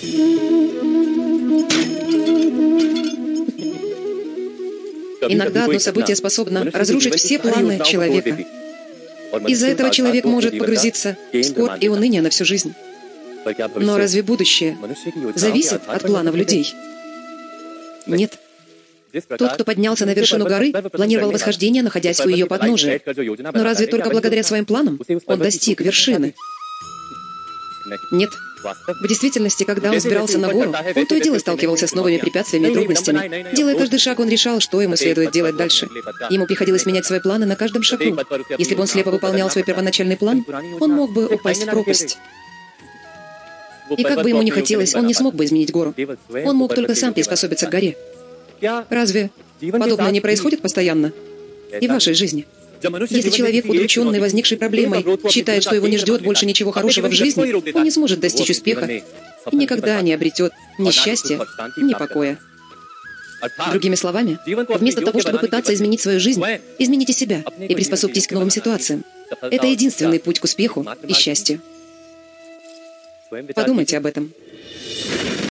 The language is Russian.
Иногда одно событие способно разрушить все планы человека. Из-за этого человек может погрузиться в скорбь и уныние на всю жизнь. Но разве будущее зависит от планов людей? Нет. Тот, кто поднялся на вершину горы, планировал восхождение, находясь у ее подножия. Но разве только благодаря своим планам он достиг вершины? Нет. В действительности, когда он взбирался на гору, он то и дело сталкивался с новыми препятствиями и трудностями. Делая каждый шаг, он решал, что ему следует делать дальше. Ему приходилось менять свои планы на каждом шагу. Если бы он слепо выполнял свой первоначальный план, он мог бы упасть в пропасть. И как бы ему ни хотелось, он не смог бы изменить гору. Он мог только сам приспособиться к горе. Разве подобное не происходит постоянно и в вашей жизни? Если человек, удрученный возникшей проблемой, считает, что его не ждет больше ничего хорошего в жизни, он не сможет достичь успеха и никогда не обретет ни счастья, ни покоя. Другими словами, вместо того, чтобы пытаться изменить свою жизнь, измените себя и приспособьтесь к новым ситуациям. Это единственный путь к успеху и счастью. Подумайте об этом.